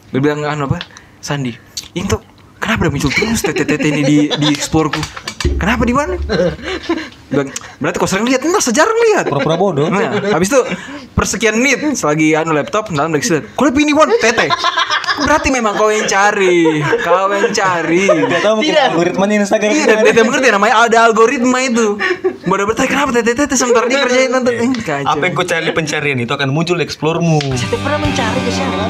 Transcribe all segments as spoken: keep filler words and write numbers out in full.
Dia bilang anu apa? Sandi, ini tuh kenapa udah muncul terus tete-tete ini di di Exploreku? Kenapa di mana? Bilang, berarti kau sering lihat, enggak sejarah lihat. Pura-pura bodoh. Nah, habis itu persekian menit selagi anu laptop dalam lagi lihat. Kau lihat ini Bon, tete. Berarti memang kau yang cari, kau yang cari. Tidak tahu mungkin algoritmanya Instagram. Iya, dan tete mengerti namanya ada algoritma itu. Bodoh bertanya kenapa tete-tete sementara dia kerjain nonton. Eh, kacau. Apa yang kau cari di pencarian itu akan muncul di Explore-mu. Saya pernah mencari ke sana.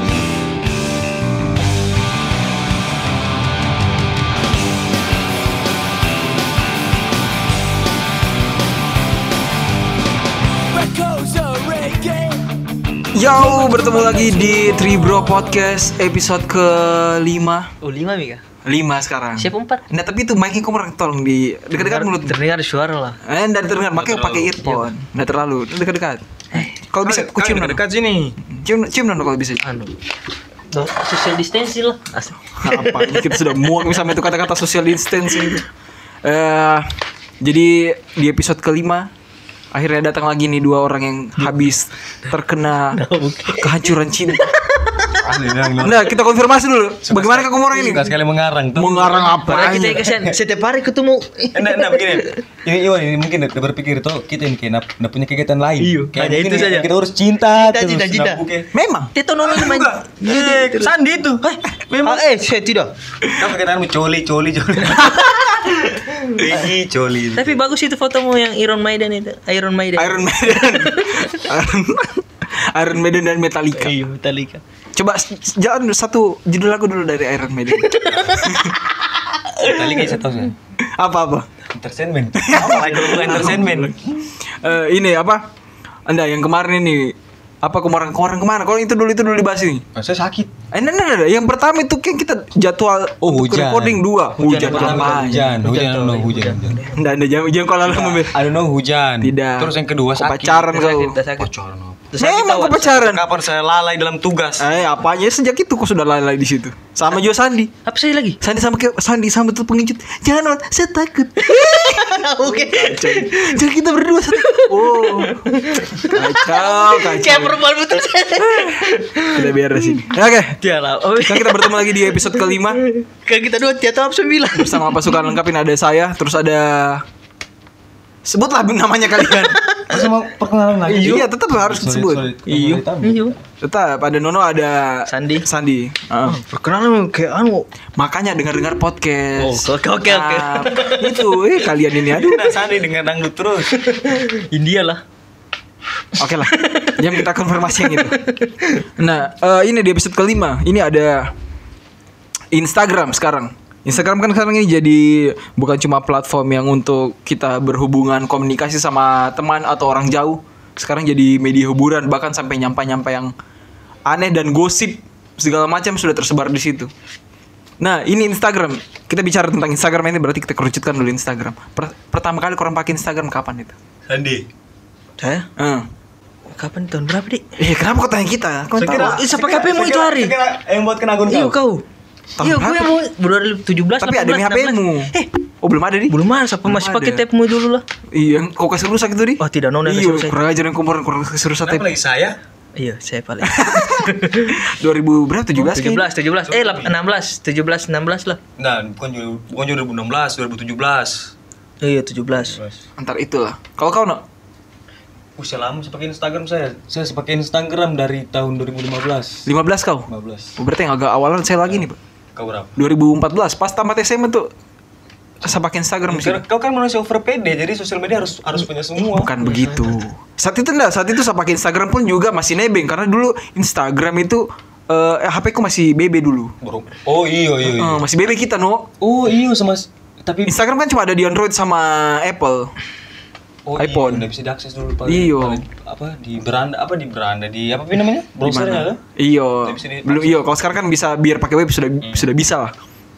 Yo, bertemu lagi di Tribro Podcast episode kelima. Oh lima Mika? Lima sekarang. Siapa empat? Nah tapi itu mic-nya kamu tolong di dekat-dekat mulut. Terdengar suara lah. Eh, enggak terdengar, makanya pakai earphone. Enggak terlalu, dekat-dekat. Kalau bisa ku cium dong. dekat sini. Cium cium dong kalau bisa. Anu. Do, social distancing lah. Asal. Apa? Kita sudah muak sama itu kata-kata social distancing. Eh, jadi di episode kelima akhirnya datang lagi nih dua orang yang habis terkena kehancuran cinta. Nah, kita konfirmasi dulu. Bagaimana kamu orang ini? Suka sekali mengarang tuh. Mengarang apa? Padahal kita kasihan setiap hari ketemu. Enggak, enggak begini. Ini Iwan ini mungkin dia berpikir tuh kita ini kayak enggak punya kegiatan lain. Iya, Kayak hanya mungkin itu saja. Kita urus cinta, Cinta, terus cinta, cinta. nah, oke. Memang. Kita nonton main. Eh, Sandi itu. Memang eh saya tidak. Kamu kegiatanmu coli, coli, coli. Iki coli. Tapi bagus itu fotomu yang Iron Maiden itu. Iron Maiden. Iron Maiden. Iron, Iron Maiden dan Metallica. Iya, Metallica. Coba jalan satu judul lagu dulu dari Iron Maiden. Metallica saya tahu saya. Apa-apa? Entertainment. Apa lagi kalau entertainment? Eh, ini apa? Anda yang kemarin ini apa kemarin kemarin kemana? Kalau itu dulu itu dulu dibahas ini. Oh, saya sakit. Eh, nah, nah, nah, yang pertama itu kan kita jadwal Oh, untuk hujan. recording dua. Hujan, Hujan, pertama. Hujan, hujan, Hujan, no, hujan. hujan, hujan. Enggak ada jam jam kalau lama mobil. I don't know hujan. Tidak. Terus yang kedua Kau sakit. pacaran kau. Kita sakit. Pacaran apa? Terus sakit Memang tahu. kau pacaran. Kapan saya lalai dalam tugas? Eh, apanya sejak itu kau sudah lalai di situ. Sama Jo Sandi. Apa sih lagi? Sandi sama kayak Sandi sama tuh pengecut. Jangan, saya takut. Oke. Kacau. Jadi kita berdua satu. Oh. Kacau, kacau. Kayak perempuan betul saya. Kita beresin. Oke. Dia lah. Oh, Sekarang kita bertemu lagi di episode kelima kayak kita dua tiap tahun sembilan. bersama pasukan lengkapin ada saya, terus ada sebutlah namanya kalian. Masa mau perkenalan lagi? Iya, tetap harus disebut. Iya. Iya. Tetap ada Nono, ada Sandi. Sandi. Heeh. Perkenalan kayak anu. Makanya dengar-dengar podcast. Oh, oke, oke, oke. Nah, itu eh kalian ini aduh. Nah, Sandi dengan dangdut terus. India lah. Oke lah. Jam kita konfirmasi yang itu. Nah, eh, ini di episode kelima. Ini ada Instagram sekarang. Instagram kan sekarang ini jadi bukan cuma platform yang untuk kita berhubungan komunikasi sama teman atau orang jauh. Sekarang jadi media hiburan, bahkan sampai nyampe-nyampe yang aneh dan gosip segala macam sudah tersebar di situ. Nah, ini Instagram. Kita bicara tentang Instagram ini berarti kita kerucutkan dulu Instagram. Per- pertama kali korang pakai Instagram kapan itu? Sandi. Saya? Eh. Kapan tahun berapa, Dik? Eh, kenapa kau tanya kita? Kau tahu? Eh, siapa K P mau itu hari? Yang buat kena akun Iya kau. kau. Iya, gue mau dua ribu tujuh belas. Tapi ada di H P-mu. Eh, Oh, belum ada di? belum ada. Siapa masih Belum pakai ada. tape-mu dulu lah? Iya, kau kasih rusak itu di? Oh, tidak, nona Iya, kasih rusak. kurang ajar yang kemarin kurang kasih rusak Kenapa tape. lagi saya? Iya, saya paling. dua ribu berapa? tujuh belas tujuh belas, tujuh belas. Eh, enam belas, tujuh belas, enam belas lah. Nah, bukan juga bukan dua ribu enam belas, dua ribu tujuh belas. Iya, tujuh belas. Antar itulah. Kalau kau no? Usia lama saya pakai Instagram saya. Saya pakai Instagram dari tahun dua ribu lima belas. lima belas kau? lima belas. Oh, berarti yang agak awalan saya lagi nih, Pak. Kau berapa? dua ribu empat belas pas tamat S M A tuh saya pakai Instagram di situ. Kau kan manusia over pede, jadi sosial media harus harus punya semua. Bukan begitu. Saat itu enggak, saat itu saya pakai Instagram pun juga masih nebeng karena dulu Instagram itu eh H P ku masih B B dulu. Bro. Oh iya iya iya. Eh, masih B B kita, no. Oh iya sama tapi Instagram kan cuma ada di Android sama Apple. oh, iPhone. Iya, udah bisa diakses dulu paling, Iyo. paling apa di beranda apa di beranda di apa namanya? Browsernya ada? Iyo. Udah bisa di- Belum iyo. Kalau sekarang kan bisa biar pakai web sudah sudah bisa lah.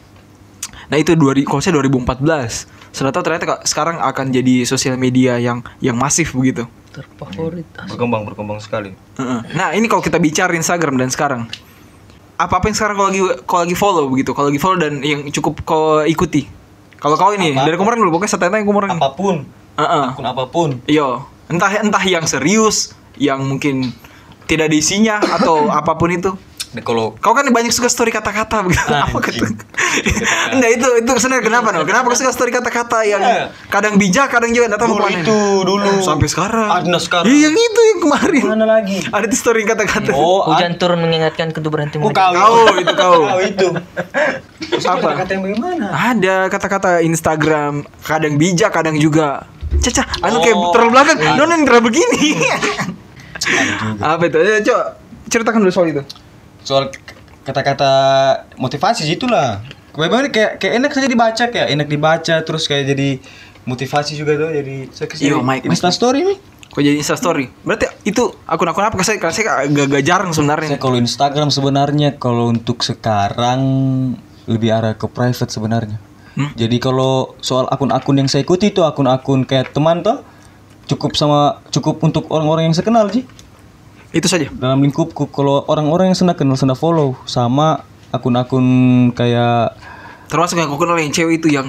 Nah itu dua ribu, kalau saya dua ribu empat belas. Setelah tahu ternyata kak, sekarang akan jadi sosial media yang yang masif begitu. Terfavorit. Berkembang berkembang sekali. Heeh. Nah ini kalau kita bicara Instagram dan sekarang apa apa yang sekarang kau lagi kau lagi follow begitu, kau lagi follow dan yang cukup kau ikuti. Kalau kau ini Apa? dari kemarin dulu pokoknya saya tanya kemarin. Apapun. Heeh. Akun apapun. Iya, entah entah yang serius, yang mungkin tidak ada isinya atau apapun itu. Nah, kalau Kau kan banyak suka story kata-kata begitu. Apa Anjing. kata? Enggak itu itu sebenarnya kenapa no? Kenapa kau suka story kata-kata yang Iya. kadang bijak, kadang juga enggak tahu dulu kemana. itu dulu Sampai sekarang. Ada sekarang. Iya yang itu yang kemarin. Mana lagi? Ada tuh story kata-kata. Oh, Hujan turun mengingatkan untuk berhenti Oh, mengejar. kau. Kau, itu kau. Kau itu. Apa? Kata yang bagaimana? Ada kata-kata Instagram, kadang bijak, kadang juga Caca, anu kayak Oh. terlalu belakang. Iya. Nona yang terlalu begini. Ada juga. Apa itu? Ya, coba ceritakan dulu soal itu. Soal k- kata-kata motivasi itulah. Bagaimana kayak kayak enak saja dibaca kayak enak dibaca terus kayak jadi motivasi juga tuh jadi saya kasih Iya, Mike, Insta Mike. story nih. Kok jadi Insta story? Berarti itu akun-akun apa? Saya, saya agak, agak jarang Saya sebenarnya. kalau Instagram sebenarnya kalau untuk sekarang lebih arah ke private sebenarnya. Hmm? Jadi kalau soal akun-akun yang saya ikuti itu akun-akun kayak teman tuh cukup sama cukup untuk orang-orang yang saya kenal sih. Itu saja. Dalam lingkupku kalau orang-orang yang saya kenal saya follow sama akun-akun kayak Termasuk yang aku kenal yang cewek itu yang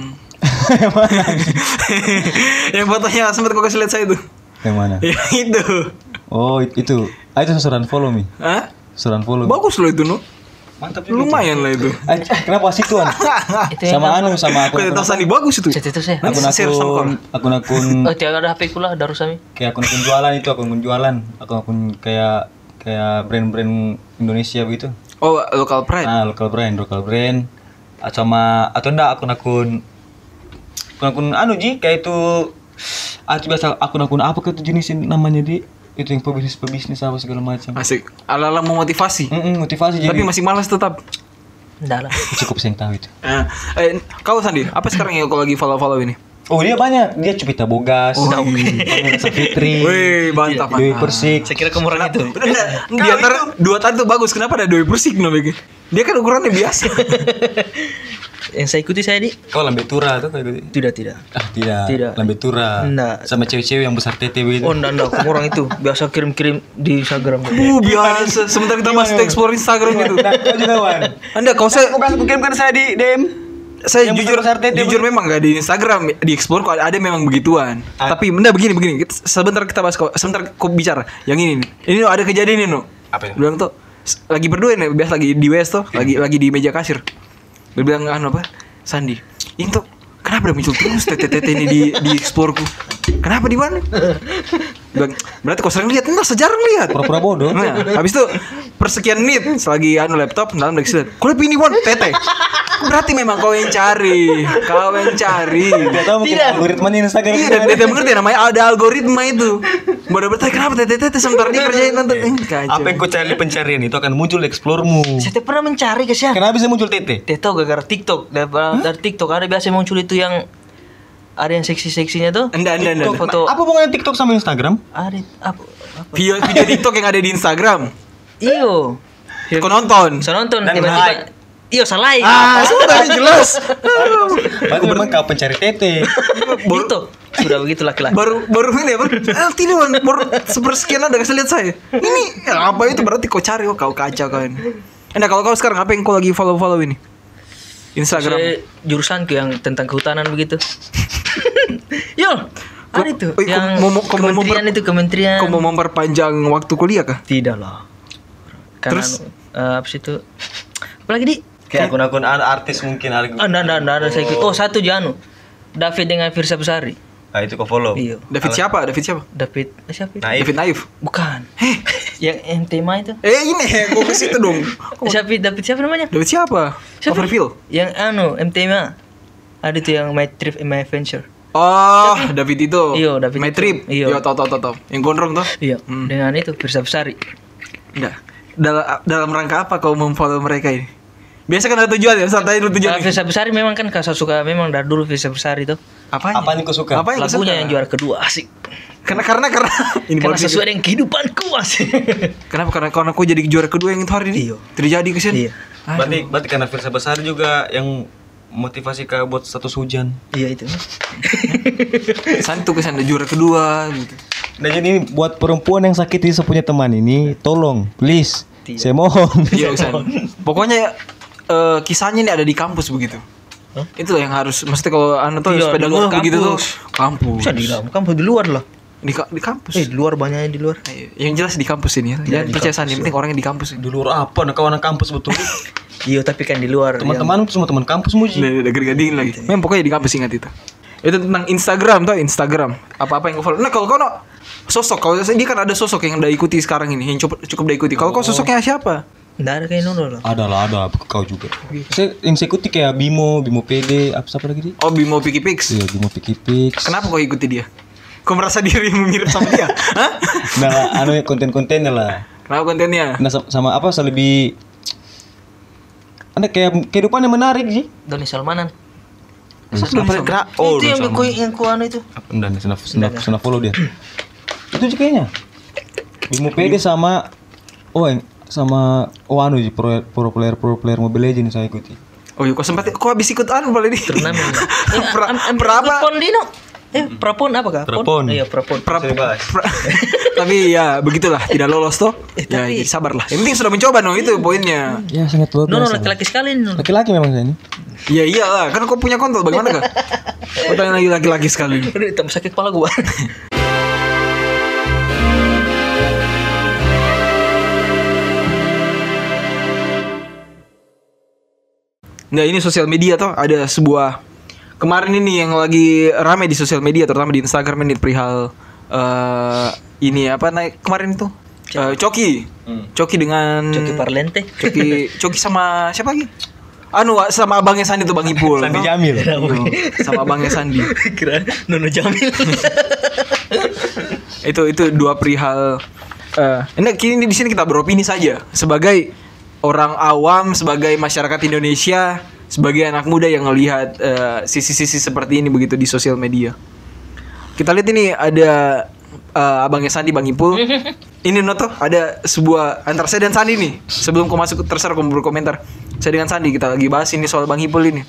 yang fotonya sempat kau kasih lihat saya itu. yang mana? Ya itu. Oh it- itu. Ah itu suruhan follow mi. Hah? Suruhan follow. Bagus loh itu, no. Mantap Lumayan lah itu. Ah, kenapa sih tuan? Itu yang Sama anu sama Kau akun tahu Sandi bagus itu. Cet itu saya. Nanti share sama kau. akun akun-akun Oh, tiada ada H P kula darus kami. kayak akun-akun jualan itu akun-akun jualan akun-akun kayak kayak brand-brand Indonesia begitu. Oh, local pride. Ah local brand local brand Ah, sama atau enggak akun-akun akun-akun anu ji kayak itu ah itu biasa akun-akun apa ke itu jenisnya namanya di itu yang pebisnis pebisnis apa segala macam. Asik. Ala-ala memotivasi. Mm-mm, motivasi jadi Tapi masih malas tetap. Enggak lah. cukup saya yang tahu itu. Eh, eh, kau Sandi, apa sekarang yang kau lagi follow-follow ini? Oh dia banyak dia Cupita Bogas, Oh, Pangeran Savitri, Wih, mantap, Dewi mantap. Persik. Saya kira kemurahan itu. Enggak, di antara dua tadi tuh bagus. Kenapa ada Dewi Persik no Begi? Dia kan ukurannya biasa. Yang saya ikuti saya di Kau Lambe Tura tuh kayak gitu. tidak tidak. Ah tidak. Tidak. Lambe Tura. Enggak. Sama cewek-cewek yang besar tete begitu. Oh, enggak enggak, kemurahan itu. Biasa kirim-kirim di Instagram. Uh, biasa. Sementara kita masih explore Instagram itu. Nah, kau juga Wan. Anda, kau saya Bukan aku kirimkan saya di D M. saya Yang jujur besar-besar tete jujur memang gak di Instagram, di explore kok ada memang begituan. Ah. Tapi benda begini begini. Kita- Sebentar kita bahas kok. Sebentar kau bicara. Yang ini nih. Ini no, ada kejadian ini no. Apa itu? Bilang tuh s- lagi berdua nih, biasa lagi di W S tuh, lagi lagi di meja kasir. Dia bilang anu apa? Sandi. Ini tuh kenapa udah muncul terus tete-tete ini di di explore ku? Kenapa di mana? Bilang, berarti kau sering lihat, enggak sejarang lihat. Pura-pura bodoh. Nah, habis itu persekian menit selagi anu laptop dalam lagi lihat. Kau lebih ini Wan, tete. Berarti memang kau yang cari, kau yang cari. Tidak tahu mungkin algoritma di Instagram. Iya, dan tete mengerti namanya ada algoritma itu. Bodoh bertanya kenapa tete-tete sebentar dia kerjain nonton. Eh, kacau. Apa yang kau cari di pencarian itu akan muncul di explore-mu. Saya tidak pernah mencari guys ya. Kenapa bisa muncul tete? Tidak tahu gara-gara TikTok. Dari, dari TikTok ada biasa muncul itu yang ada yang seksi-seksinya tuh. Enggak, enggak, enggak. Foto Apa hubungannya TikTok sama Instagram? ada apa, apa? Video video TikTok yang ada di Instagram. Iyo. Kau nonton. Saya nonton Dan tiba-tiba. like. Iyo, saya like. Ah, sudah jelas. Berarti memang kau pencari tete. TikTok. Sudah begitu laki-laki. baru baru ini apa? Ah, tidak Wan. Baru sepersekian ada kasih lihat saya. Ini ya, apa itu berarti kau cari oh kau kacau kau ini. Nah, kalau kau sekarang apa yang kau lagi follow-follow ini? Instagram. Saya jurusan ke yang tentang kehutanan begitu. Yo, ada itu Oi, kok yang mau- kok mau kementerian memper- itu kementerian. Kau mau memperpanjang waktu kuliah kah? Tidak lah. Karena Terus? anu, eh, apa sih itu? Apalagi di? Kayak akun-akun artis mungkin ada. Oh, enggak, enggak, enggak ada saya ikut. Oh, satu Janu. David dengan Firsa Besari. Nah, itu kau follow. Iya. David siapa? David siapa? David, eh, siapa itu? Naif. David Naif. Bukan. yang yang tema itu. Eh ini, gue ke situ dong. Siapa David siapa namanya? David siapa? Siapa? Overfield. Yang anu M T M A. Ada tuh yang My Trip and My Adventure. Oh, David itu. Iya, David My itu. Trip. Iya. Iya, tau tau tau tau. Yang gondrong tuh. Iya, Hmm. dengan itu Firsa Besari. Enggak. Dalam dalam rangka apa kau memfollow mereka ini? Biasa kan ada tujuan ya, santai dulu Nah, tujuan. Firsa Besari memang kan kasih suka memang dari dulu Firsa Besari itu. Apanya? Apa yang kau suka? Apa yang kau Lagunya suka? yang juara kedua asik. Karena karena karena ini Karena baru sesuai dengan kehidupanku asik. Kenapa? Karena karena kau jadi juara kedua yang itu hari ini. Iya. Terjadi kesini. Iya. Berarti berarti karena Firsa Besar juga yang motivasi kau buat status hujan. Iya itu. Santu kesana juara kedua gitu. Nah jadi ini buat perempuan yang sakit ini punya teman ini, tolong, please, Tidak. saya mohon. Iya, Usan. Pokoknya eh, kisahnya ini ada di kampus begitu. Itu yang harus mesti kalau anu tuh Iya, sepeda di luar golf begitu tuh kampus. kampus. Bisa di dalam kampus di luar lah. Di, ka- di kampus. Eh di luar banyaknya di luar. Ayo, yang jelas di kampus ini ya. Jangan di percaya kampus, Sandi, yang penting orangnya di kampus. Di luar apa? Nah kawan kampus betul. Iya tapi kan di luar. Teman-teman semua teman kampus muji. Udah, udah gantiin lagi. Memang pokoknya di kampus ingat itu. Itu tentang Instagram tuh, Instagram. Apa-apa yang kau follow. Nah, kalau kau no, sosok, kalau dia kan ada sosok yang udah ikuti sekarang ini, yang cukup cukup udah ikuti. Kalau kau sosoknya siapa? Nggak ada kayak Nono lah. Ada lah, ada kau juga. Saya yang saya ikuti kayak Bimo, Bimo P D, apa siapa lagi dia? Oh, Bimo Piki Pix. Iya, Bimo Piki Pix. Kenapa kau ikuti dia? Kau merasa diri mirip sama dia? Hah? Nah, anu konten-kontennya lah. Kenapa kontennya? Nah, sama, sama apa lebih ada kayak kehidupan yang menarik sih. Doni Salmanan. Kenapa? Kera- Oh, itu yang sama. ku yang ku anu itu. Enggak, sudah sudah sudah follow dia. Itu sih kayaknya. Bimo P D sama oh yang sama oh anu sih pro, pro player pro player Mobile Legends saya ikuti. Oh, iya, kau sempat kau habis ikut anu boleh di. Turnamen. Eh, Pra- am- am- Prapa. Prapon Dino. Eh, Prapon apa kah? Prapon. Iya, Prapon. Pra- pra- tapi ya begitulah, tidak lolos toh. Eh, Ya, tapi- jadi sabarlah. Yang penting sudah mencoba no, itu poinnya. Ya sangat luar Nono biasa. laki-laki sekali Nono. Laki-laki memang saya ini. Iya iyalah, kan kau punya kontol bagaimana kah? Kau tanya lagi laki-laki sekali. Aduh, tambah sakit kepala gua. Nah ini sosial media tuh ada sebuah kemarin ini yang lagi rame di sosial media terutama di Instagram ini perihal eh ini apa naik kemarin itu Eh, Coki, Coki dengan Coki Parlente. Coki, Coki sama siapa lagi? Anu sama abangnya Sandi tuh Bang Ipul. Sandi Tuh. Jamil. Tuh, sama abangnya Sandi. Kira Nono Jamil. itu itu dua perihal. eh ini kini di sini kita beropini saja sebagai orang awam, sebagai masyarakat Indonesia, sebagai anak muda yang melihat eh, sisi-sisi seperti ini begitu di sosial media. Kita lihat ini ada eh, abangnya Sandi, Bang Ipul. Ini Noto ada sebuah antara saya dan Sandi nih. Sebelum kau masuk terserah kau berkomentar. Saya dengan Sandi kita lagi bahas ini soal Bang Ipul ini.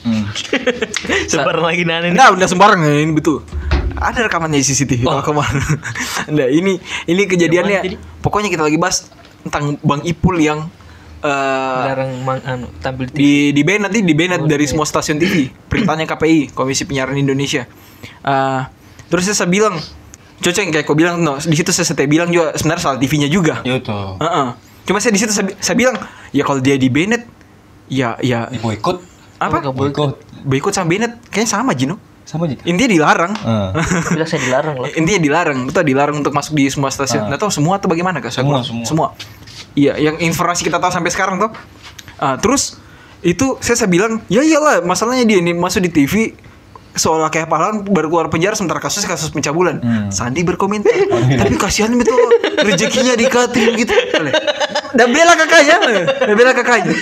Sebar lagi nane. Nah, udah sembarang ya, ini betul. Ada rekamannya di C C T V. Oh. Kemana? Nah, ini ini kejadiannya. Pokoknya kita lagi bahas tentang Bang Ipul yang eh Larang mang anu tampil T V. di di ban nanti di ban dari semua stasiun T V. Perintahnya K P I, Komisi Penyiaran Indonesia. Eh terus saya bilang, cocok yang kayak kau bilang, no, di situ saya setia bilang juga sebenarnya salah T V-nya juga. Iya tuh. Heeh. Cuma saya di situ saya, saya bilang, ya kalau dia di Bennett, ya ya Di boykot. apa? Boykot. Boykot sama Bennett kayaknya sama Jino. Sama aja. Intinya dilarang. Ah. Bilang saya dilarang loh. Intinya dilarang, betul dilarang untuk masuk di semua stasiun. Ah. Nggak tahu semua atau bagaimana kah? Saya Semua, kurang- semua. Iya, yang informasi kita tahu sampai sekarang tuh. Ah, terus itu saya saya bilang, ya iyalah, masalahnya dia ini masuk di T V seolah kayak pahlawan baru keluar penjara sementara kasus kasus pencabulan. Hmm. Sandi berkomentar, tapi kasihan betul rezekinya dikatin gitu. Dan bela kakaknya, dan bela kakaknya.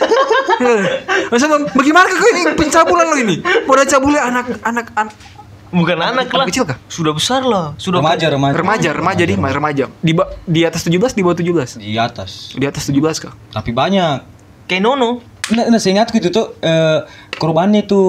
Masa bagaimana kakak ini pencabulan lo ini? Mau ada cabulnya anak anak anak Bukan anak lah. kecil kah? Sudah besar lah. Sudah Remaja, remaja. Remaja, remaja di remaja. Di ba- di atas tujuh belas, di bawah tujuh belas. Di atas. Di atas tujuh belas kah? Tapi banyak. kayak Nono. Nah, nah saya ingatku itu tuh eh, korbannya itu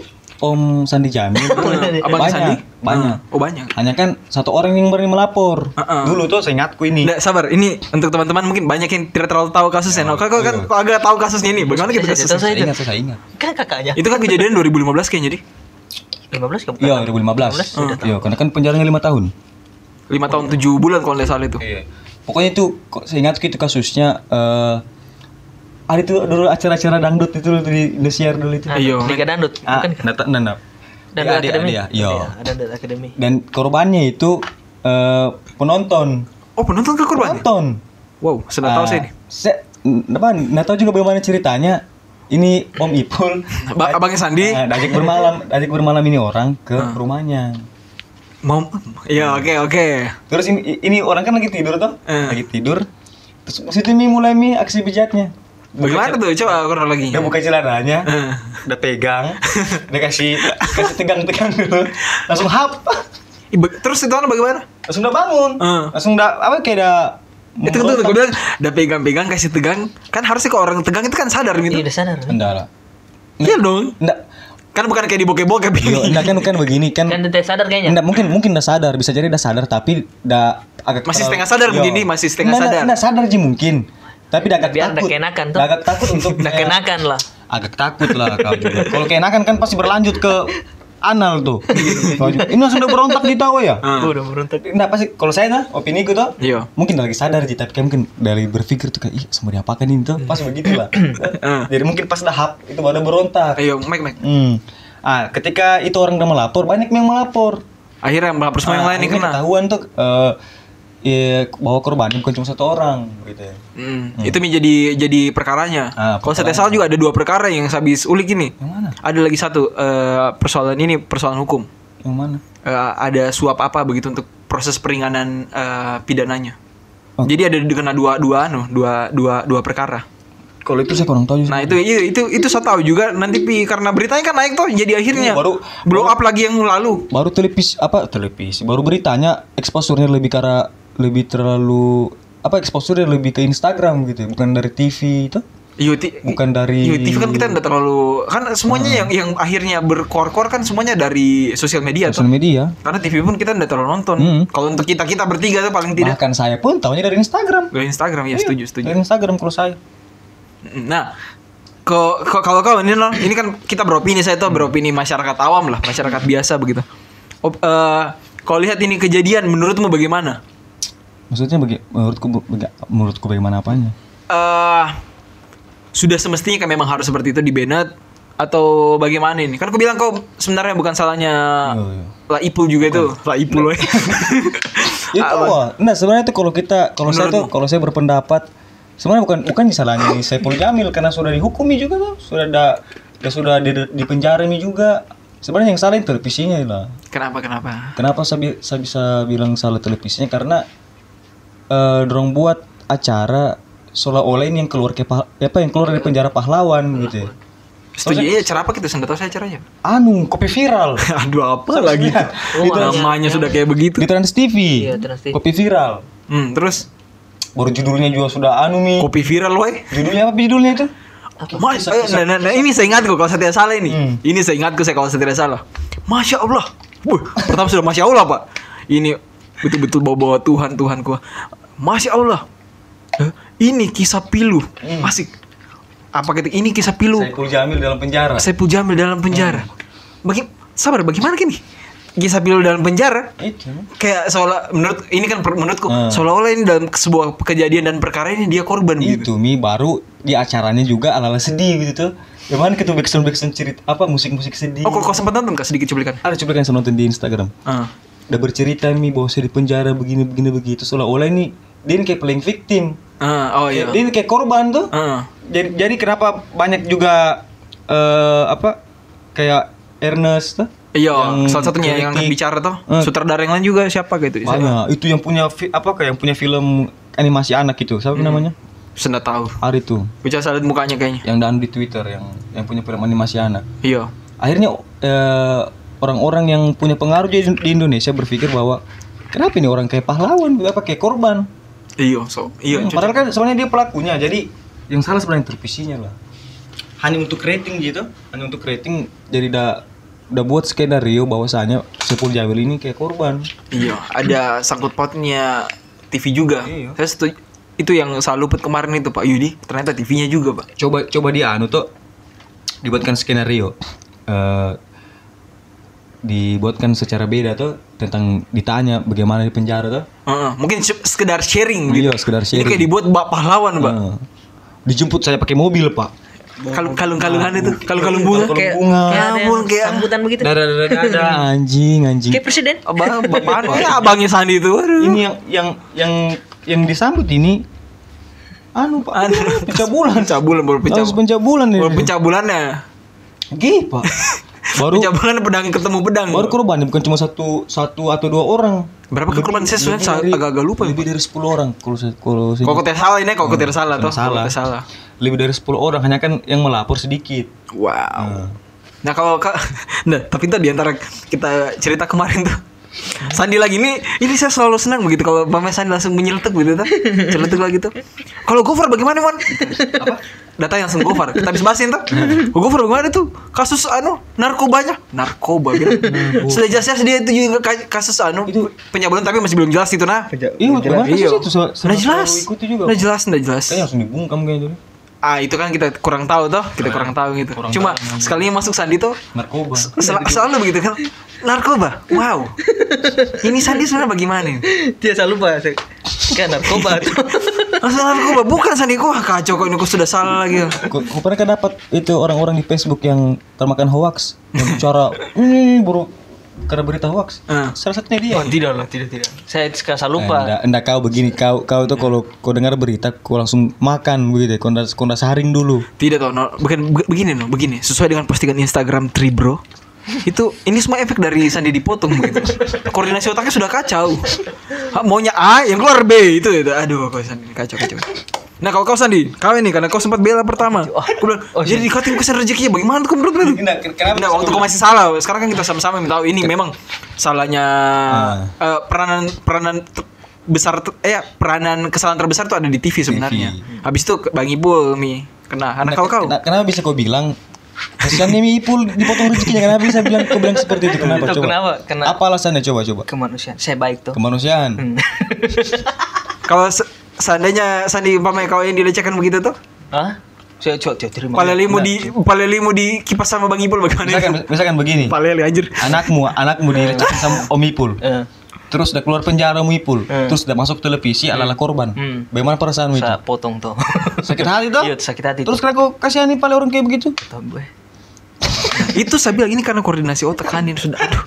Om Sandi Jamil. Abang banyak, Sandi? banyak. Oh, banyak. Hanya kan satu orang yang berani melapor. Uh-uh. Dulu tuh saya ingatku ini. Nggak, sabar. Ini untuk teman-teman mungkin banyak yang tidak terlalu tahu kasusnya. Nah, kau kau kan kau agak tahu kasusnya ini. Bagaimana kita Saya- kasusnya? saya- Saya ingat, saya ingat. Kan kakaknya. Itu kan kejadian dua ribu lima belas kayaknya, jadi lima belas kan? Iya, dua ribu lima belas. sudah tahu. Iya, karena kan penjaranya lima tahun. lima tahun tujuh bulan kalau nggak salah itu. Iya. Pokoknya itu kok saya ingat itu kasusnya eh ada itu dulu acara-acara dangdut itu dulu di Indosiar dulu itu. Ayo. Liga Dandut. Ah, Bukan. nata, nana. Dandut Iya, ada- Academy. ada ya, iya. Ada Dandut Academy. Dan korbannya itu eh penonton. Oh, penonton ke korban? Penonton. Wow, sudah tahu Ah, saya ini. Saya apa nggak tahu juga bagaimana ceritanya. Ini Om Ipul, Ba- abangnya Sandi. Nah, diajak bermalam, diajak bermalam ini orang ke rumahnya. Mau Iya, oke, oke. Terus ini ini orang kan lagi tidur tuh, Eh. lagi tidur. Terus situ Mi mulai Mi aksi bejatnya. Bagaimana tuh? Coba kronologinya. Dia buka celananya, Eh. udah pegang, dia kasih kasih tegang-tegang dulu, langsung hap, Ih, ba- Terus itu anak bagaimana? langsung udah bangun, Eh. langsung udah apa kayak udah Itu tuh gue bilang udah pegang-pegang kasih tegang. Kan harusnya kalau orang tegang itu kan sadar gitu. Iya udah sadar. Enggak lah, Iya dong. enggak, Kan bukan kayak di bokeh-bokeh Yo, ini. enggak kan kan begini kan, Kan tidak sadar kayaknya. enggak mungkin mungkin udah sadar, bisa jadi udah sadar tapi udah agak Masih terlalu- setengah sadar Yo. mungkin nih, masih setengah Enggak, sadar. enggak, enggak sadar sih mungkin, tapi udah agak Biar udah takut, kenakan tuh. udah agak takut untuk Udah kenakan lah. agak takut lah kau juga. Kalau keenakan kan pasti berlanjut ke anal tuh. Ini langsung udah berontak di tahu ya. Gua udah berontak. Nah pasti kalau saya nah opini gue tuh, Iya. mungkin lagi sadar sih, tapi kayak mungkin dari berpikir tuh kayak ih semua diapakan ini tuh, pas begitulah. Jadi mungkin pas dahap itu baru berontak. Ayo, Mike, Mike. Hmm. Ah, ketika itu orang udah melapor, banyak yang melapor. Akhirnya melapor semua yang Ah, lain nih akhirnya kena. ketahuan tuh eh ya, bahwa korban bukan cuma satu orang gitu ya. Hmm, Itu menjadi jadi perkaranya. Ah, Kalau saya tidak salah juga ada dua perkara yang saya habis ulik ini. Yang mana? Ada lagi satu eh, persoalan ini persoalan hukum. Yang mana? Eh, ada suap apa begitu untuk proses peringanan eh, pidananya. Oh. Jadi ada kena dua dua anu dua dua dua perkara. Kalau itu saya kurang tahu. Nah itu itu itu, itu saya tahu juga nanti Pi, karena beritanya kan naik tuh jadi akhirnya Iya, baru- blow up lagi yang lalu. baru televisi apa televisi baru beritanya exposure-nya lebih karena lebih terlalu apa exposure lebih ke Instagram gitu ya, bukan dari T V itu, Iya, ti- bukan dari Iya, T V kan kita udah terlalu kan semuanya yang yang akhirnya berkor-kor kan semuanya dari sosial media tuh. sosial media. Karena T V pun kita udah terlalu nonton. Hmm. Kalau untuk kita kita bertiga tuh paling tidak Bahkan saya pun tahunya dari Instagram. dari Instagram ya, setuju setuju. Dari Instagram kalau saya. Nah, ko- ko- kalau kau ini loh, ini kan kita beropini, saya tuh beropini masyarakat awam lah, masyarakat biasa begitu. Op, eh, kalau lihat ini kejadian, menurutmu bagaimana? Maksudnya bagi menurutku baga- menurutku bagaimana apanya? Eh, sudah semestinya kan memang harus seperti itu di Bennett atau bagaimana ini? Kan aku bilang kau sebenarnya bukan salahnya Iya, iya. La Ipul juga itu, La Ipul. woy. Itu wah. Nah, sebenarnya tuh kalau kita kalau saya tuh Menurutmu? kalau saya berpendapat sebenarnya bukan bukan salahnya Saiful Jamil karena sudah dihukumi juga tuh, sudah ada ya sudah di, di penjara ini juga. Sebenarnya yang salah itu televisinya lah. Kenapa kenapa? Kenapa saya, bi- saya bisa bilang salah televisinya karena eh dorong buat acara seolah-olah ini yang keluar ke pa- apa yang keluar dari penjara pahlawan gitu ya. Setuju, iya cara apa gitu, saya nggak tahu saya caranya. Anu, kopi viral. Aduh apa lagi? Oh, Namanya sudah kayak begitu. Di Trans T V. Iya, Trans T V. Kopi viral. Hmm, terus Baru judulnya juga sudah anu mi. kopi viral woy. Judulnya apa judulnya itu? Mas, eh, nah, nah, nah, ini saya ingatku kalau saya tidak salah ini. Hmm. Ini saya ingatku saya kalau saya tidak salah. Masya Allah. Wuh, pertama sudah Masya Allah Pak. Ini betul-betul bawa-bawa Tuhan Tuhanku. Masya Allah. Eh, ini kisah pilu. Hmm. Asik. Apa ketik ini kisah pilu? Saiful Jamil dalam penjara. Saiful Jamil dalam penjara. Bagi sabar, bagaimana gini? Kisah pilu dalam penjara? Itu. Kayak seolah menurut ini kan per- menurutku Hmm. seolah-olah ini dalam sebuah kejadian dan perkara ini dia korban gitu. Itu mi baru di acaranya juga ala-ala sedih gitu tuh. Gimana gitu backsound backsound cerita apa musik-musik sedih. Oh, kok kau sempat nonton kah sedikit cuplikan? Ada cuplikan saya nonton di Instagram. Ah. Udah bercerita mi bahwa saya di penjara begini begini begitu seolah-olah ini dia ini kayak playing victim. Ah, oh iya. Dia ini kayak korban tuh. Ah. Jadi jadi kenapa banyak juga eh apa kayak Ernest tuh? Iya, Yang salah satunya yang angkat kritik. bicara tuh. Eh. Sutradara yang lain juga siapa gitu? Saya Banyak. Itu yang punya fi- apa kayak yang punya film animasi anak itu. Siapa namanya? sudah tahu. Ari tuh. Bicara saya lihat mukanya kayaknya. Yang dan di Twitter yang yang punya film animasi anak. Iya. Akhirnya eh, orang-orang yang punya pengaruh di, di Indonesia berpikir bahwa kenapa ini orang kayak pahlawan, apa kayak korban? Iya, so. Iya, Hmm, cuy. padahal kan sebenarnya dia pelakunya. Jadi yang salah sebenarnya televisinya lah. Hanya untuk rating gitu, hanya untuk rating jadi udah udah buat skenario bahwasanya Saiful Jamil ini kayak korban. Iya, ada sangkut pautnya T V juga. Iya. Saya setuju. Itu yang saya luput kemarin itu Pak Yudi, ternyata T V-nya juga, Pak. Coba coba dia anu tuh dibuatkan skenario. Eh dibuatkan secara beda tuh tentang ditanya bagaimana di penjara tuh. Heeh, mungkin se- sekedar sharing gitu. Iya, sekedar Ini sharing. kayak dibuat bak pahlawan, Pak. Eh, dijemput saya pakai mobil, Pak. Kalung kalung-kalungan itu, kalung-kalung bunga. Kalung Kayak bunga. kayak ada yang Ampun, kayak- sambutan begitu. Dadah dadah dadah anjing anjing. Kayak presiden. Abang, bapak, ya abangnya Sandi itu. Aduh. Ini yang yang yang yang disambut ini anu Pak. Anu. Pencabulan. Pencabulan baru Harus pencabulan. pencabulan ini. Baru pencabulannya. Gih, Pak. Baru Pencabulan pedang ketemu pedang. baru korban bukan cuma satu satu atau dua orang. Berapa Lebih- korban saya lebih sebenarnya dari- agak-agak lupa. Lebih dari sepuluh orang kalau saya kalau saya Kok tidak salah ini, kok tidak salah tuh. tidak salah. Kok salah. lebih dari sepuluh orang hanya kan yang melapor sedikit. Wow. Hmm. Nah kalau kak, nah tapi itu diantara kita cerita kemarin tuh, Sandi lagi ini, ini saya selalu senang begitu kalau Bang Sandi langsung menyeletuk gitu tuh, celetuk lagi tuh. Kalau Gofar bagaimana man? Apa? Data yang langsung Gofar, kita habis bahasin tuh. Gofar bagaimana tuh? Kasus anu narkobanya, narkoba gitu. Sudah jelas dia itu juga ka- kasus anu pencabulan tapi masih belum jelas itu nah. Iya, gimana Iya. kasus itu? Sa- Nggak sama jelas. selalu ikuti juga. Nggak jelas, nggak jelas. Kayaknya langsung dibungkam kayaknya tuh. Ah itu kan kita kurang tahu toh, kita kurang tahu gitu. Kurang Cuma tahu. sekalinya masuk Sandi tuh Narkoba. sel- selalu begitu kan. Narkoba. Wow. Ini Sandi sebenarnya bagaimana ini? Dia selalu lupa. Kan narkoba tuh. Masa narkoba bukan Sandi kok kacau kok ini kok sudah salah lagi. Kau kau pernah kan dapat itu orang-orang di Facebook yang termakan hoax yang bicara ini bro karena berita hoax. Ah. Salah satunya dia. Oh, tidak lah, tidak tidak. Saya sekarang selalu lupa. Enggak, enggak kau begini, kau kau itu kalau kau dengar berita kau langsung makan begitu, kau ndas kau ndas saring dulu. Tidak toh, no, bukan be- begini no, begini. Sesuai dengan postingan Instagram Tribro. Itu ini semua efek dari Sandi dipotong begitu. Koordinasi otaknya sudah kacau. Ha, maunya A yang keluar B itu itu. Aduh kok Sandi kacau kacau. Nah kalau kau Sandi, kau ini karena kau sempat bela pertama. Aku bilang, Oh, jadi dikatin kesan rezekinya bagaimana tuh menurut lu? Enggak, kenapa? Nah, waktu kau masih salah. Sekarang kan kita sama-sama tahu ini memang salahnya eh, peranan peranan t- besar t- eh peranan kesalahan terbesar tuh ada di T V sebenarnya. Habis itu ke- Bang Ipul nih kena. Karena kalau kau Kenapa bisa kau bilang kasihan nih Ipul dipotong rezekinya, kenapa bisa bilang kau bilang seperti itu? Kenapa? Tahu Coba. kenapa? Kena- Apa alasannya? Coba coba. Kemanusiaan. Saya baik tuh. Kemanusiaan. Hmm. kalau se- seandainya Sandi umpamanya kau yang dilecehkan begitu tuh, Hah? Saya coba coba terima. palelimu di palelimu di kipas sama Bang Ipul bagaimana? Misalkan misalkan begini. Paleli anjir. Anakmu, anakmu dilecehkan sama Om Ipul. Eh, Terus udah keluar penjara Om Ipul. Hmm. Terus udah masuk televisi ala-ala korban. Hmm. Bagaimana perasaanmu itu? saya potong tuh. Sakit hati toh? Iya, sakit hati. Terus kenapa kau kasihani pale orang kayak begitu? Tahu gue. Itu saya bilang ini karena koordinasi otak Sandi sudah aduh.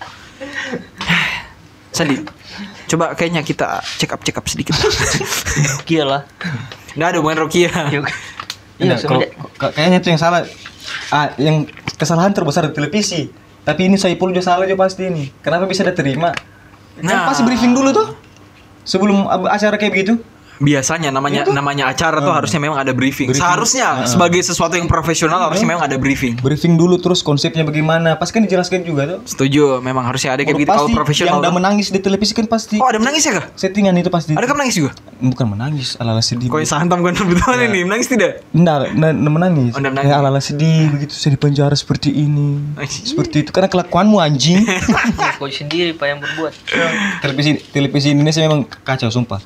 Sandi, coba kayaknya kita check up check up sedikit. Kia lah. Nggak ada bukan Rokia. Iya. Iya, Enggak, kalau sebenarnya- k- kayaknya itu yang salah. Ah, yang kesalahan terbesar di televisi. Tapi ini Saipul juga salah juga pasti ini. Kenapa bisa diterima? Nah, Nah. pasti briefing dulu tuh. Sebelum ab- acara kayak begitu. Biasanya namanya namanya acara tuh harusnya memang ada briefing. Briefing. Seharusnya sebagai sesuatu yang profesional harusnya memang ada briefing. Briefing dulu terus konsepnya bagaimana. Pasti kan dijelaskan juga tuh. Setuju, memang harusnya ada kayak gitu kalau Pasti profesional. yang udah tuh. menangis di televisi kan pasti. Oh, ada menangis ya kah? Settingan itu pasti. Ada kan menangis juga? Bukan menangis, ala-ala sedih. Kok yang santam kan betul ini menangis tidak? Enggak, enggak, enggak menangis. Oh, enggak menangis. Ya, ala-ala sedih begitu, saya di penjara seperti ini. Seperti itu karena kelakuanmu anjing. Kau sendiri pak yang berbuat. televisi televisi Indonesia memang kacau sumpah.